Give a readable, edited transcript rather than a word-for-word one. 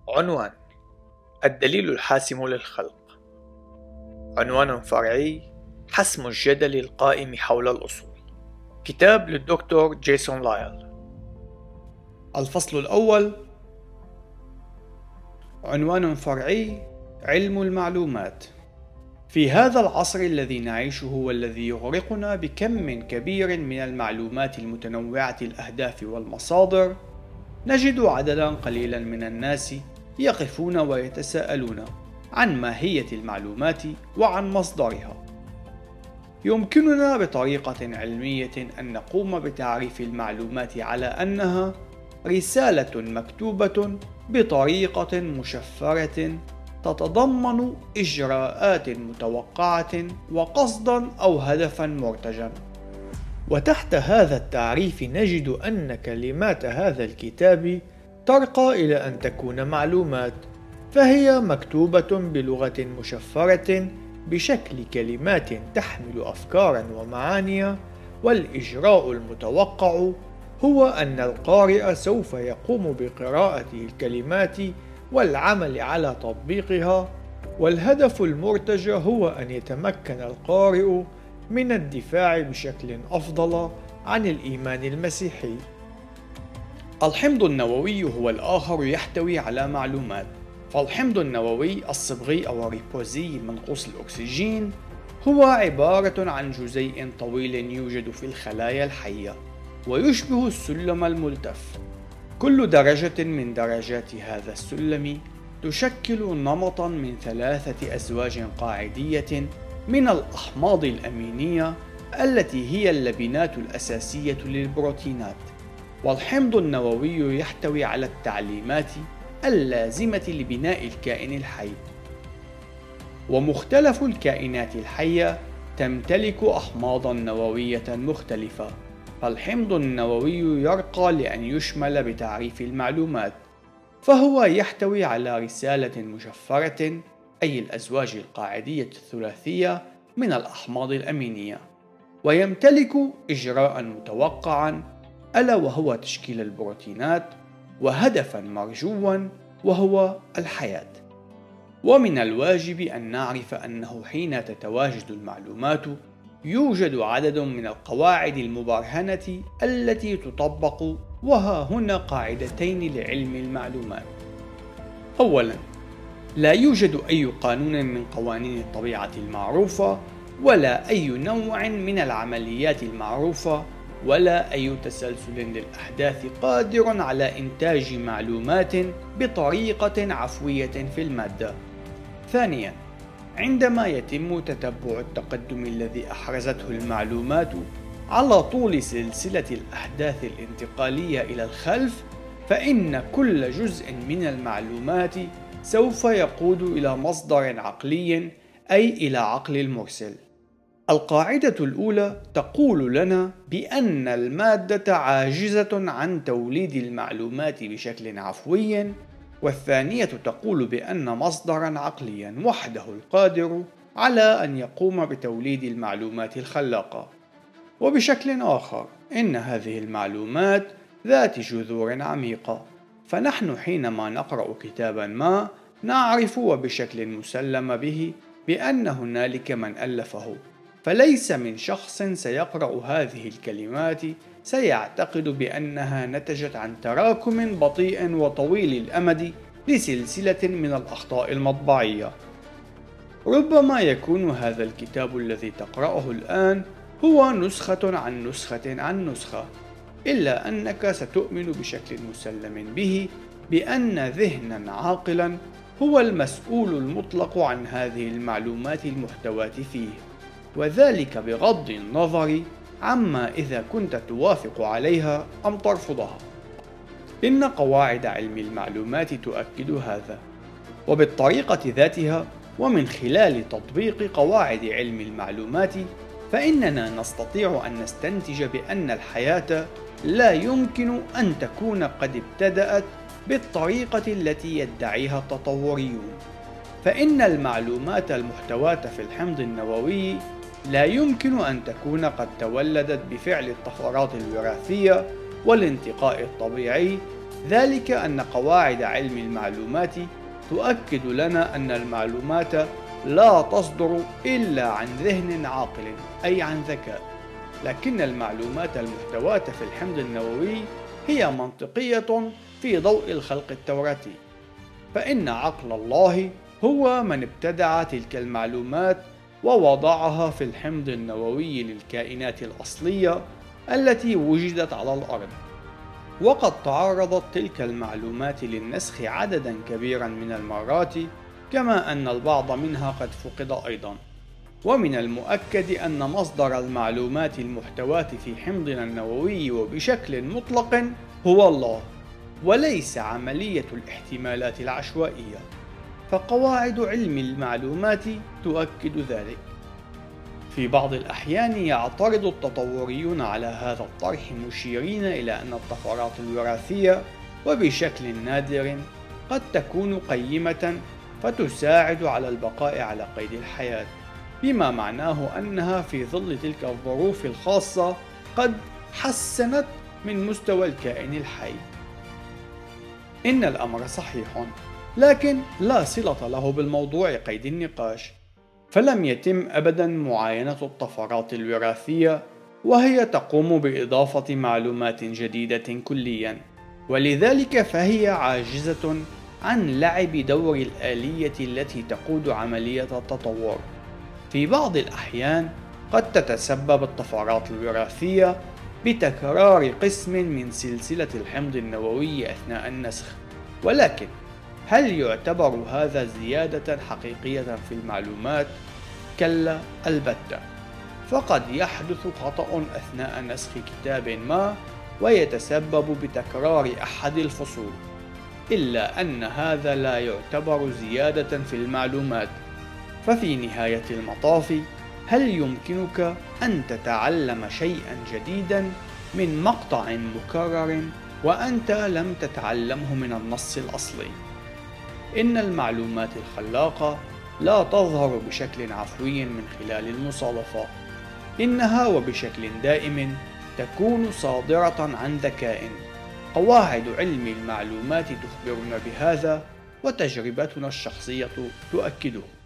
عنوان: الدليل الحاسم للخلق. عنوان فرعي: حسم الجدل القائم حول الأصول. كتاب للدكتور جيسون لايل. الفصل الأول. عنوان فرعي: علم المعلومات. في هذا العصر الذي نعيشه والذي يغرقنا بكم كبير من المعلومات المتنوعة الأهداف والمصادر، نجد عددا قليلا من الناس يقفون ويتساءلون عن ماهية المعلومات وعن مصدرها. يمكننا بطريقة علمية أن نقوم بتعريف المعلومات على أنها رسالة مكتوبة بطريقة مشفرة تتضمن إجراءات متوقعة وقصدا أو هدفا مرتجا. وتحت هذا التعريف نجد أن كلمات هذا الكتاب ترقى إلى أن تكون معلومات، فهي مكتوبة بلغة مشفرة بشكل كلمات تحمل أفكارا ومعاني، والإجراء المتوقع هو أن القارئ سوف يقوم بقراءة الكلمات والعمل على تطبيقها، والهدف المرتجى هو أن يتمكن القارئ من الدفاع بشكل أفضل عن الإيمان المسيحي. الحمض النووي هو الآخر يحتوي على معلومات، فالحمض النووي الصبغي أو الريبوزي منقوص الأكسجين هو عبارة عن جزيء طويل يوجد في الخلايا الحية ويشبه السلم الملتف. كل درجة من درجات هذا السلم تشكل نمطا من 3 أزواج قاعدية من الأحماض الأمينية التي هي اللبنات الأساسية للبروتينات. والحمض النووي يحتوي على التعليمات اللازمة لبناء الكائن الحي. ومختلف الكائنات الحية تمتلك أحماضا نووية مختلفة، فالحمض النووي يرقى لأن يشمل بتعريف المعلومات، فهو يحتوي على رسالة مشفرة، أي الأزواج القاعدية الثلاثية من الأحماض الأمينية، ويمتلك إجراء متوقعا ألا وهو تشكيل البروتينات، وهدفا مرجوا وهو الحياة. ومن الواجب أن نعرف أنه حين تتواجد المعلومات يوجد عدد من القواعد المبرهنة التي تطبق، وها هنا قاعدتين لعلم المعلومات. أولا، لا يوجد أي قانون من قوانين الطبيعة المعروفة، ولا أي نوع من العمليات المعروفة، ولا أي تسلسل للأحداث قادر على إنتاج معلومات بطريقة عفوية في المادة. ثانيا، عندما يتم تتبع التقدم الذي أحرزته المعلومات على طول سلسلة الأحداث الانتقالية إلى الخلف، فإن كل جزء من المعلومات سوف يقود إلى مصدر عقلي، أي إلى عقل المرسل. القاعدة الأولى تقول لنا بأن المادة عاجزة عن توليد المعلومات بشكل عفوي، والثانية تقول بأن مصدرا عقليا وحده القادر على أن يقوم بتوليد المعلومات الخلاقة. وبشكل آخر، إن هذه المعلومات ذات جذور عميقة، فنحن حينما نقرأ كتابا ما نعرف وبشكل مسلم به بأن هنالك من ألفه، فليس من شخص سيقرأ هذه الكلمات سيعتقد بأنها نتجت عن تراكم بطيء وطويل الأمد لسلسلة من الأخطاء المطبعية. ربما يكون هذا الكتاب الذي تقرأه الآن هو نسخة عن نسخة عن نسخة، إلا أنك ستؤمن بشكل مسلم به بأن ذهنا عاقلا هو المسؤول المطلق عن هذه المعلومات المحتواة فيه، وذلك بغض النظر عما إذا كنت توافق عليها أم ترفضها. إن قواعد علم المعلومات تؤكد هذا، وبالطريقة ذاتها ومن خلال تطبيق قواعد علم المعلومات فإننا نستطيع أن نستنتج بأن الحياة لا يمكن أن تكون قد ابتدأت بالطريقة التي يدعيها التطوريون، فإن المعلومات المحتواة في الحمض النووي لا يمكن أن تكون قد تولدت بفعل الطفرات الوراثية والانتقاء الطبيعي، ذلك أن قواعد علم المعلومات تؤكد لنا أن المعلومات لا تصدر إلا عن ذهن عاقل، أي عن ذكاء، لكن المعلومات المحتواة في الحمض النووي هي منطقية في ضوء الخلق التوراتي، فإن عقل الله هو من ابتدع تلك المعلومات ووضعها في الحمض النووي للكائنات الأصلية التي وجدت على الأرض. وقد تعرضت تلك المعلومات للنسخ عددا كبيرا من المرات، كما أن البعض منها قد فقد أيضا. ومن المؤكد أن مصدر المعلومات المحتواة في حمضنا النووي وبشكل مطلق هو الله، وليس عملية الاحتمالات العشوائية، فقواعد علم المعلومات تؤكد ذلك. في بعض الأحيان يعترض التطوريون على هذا الطرح، مشيرين إلى أن الطفرات الوراثية وبشكل نادر قد تكون قيمة فتساعد على البقاء على قيد الحياة، بما معناه أنها في ظل تلك الظروف الخاصة قد حسنت من مستوى الكائن الحي. إن الأمر صحيح، لكن لا صلة له بالموضوع قيد النقاش، فلم يتم أبدا معاينة الطفرات الوراثية وهي تقوم بإضافة معلومات جديدة كليا، ولذلك فهي عاجزة عن لعب دور الآلية التي تقود عملية التطور. في بعض الأحيان قد تتسبب الطفرات الوراثية بتكرار قسم من سلسلة الحمض النووي أثناء النسخ، ولكن هل يعتبر هذا زيادة حقيقية في المعلومات؟ كلا البتة، فقد يحدث خطأ أثناء نسخ كتاب ما ويتسبب بتكرار أحد الفصول، إلا أن هذا لا يعتبر زيادة في المعلومات. ففي نهاية المطاف، هل يمكنك أن تتعلم شيئا جديدا من مقطع مكرر وأنت لم تتعلمه من النص الأصلي؟ إن المعلومات الخلاقة لا تظهر بشكل عفوي من خلال المصادفة، إنها وبشكل دائم تكون صادرة عن ذكاء. قواعد علم المعلومات تخبرنا بهذا، وتجربتنا الشخصية تؤكده.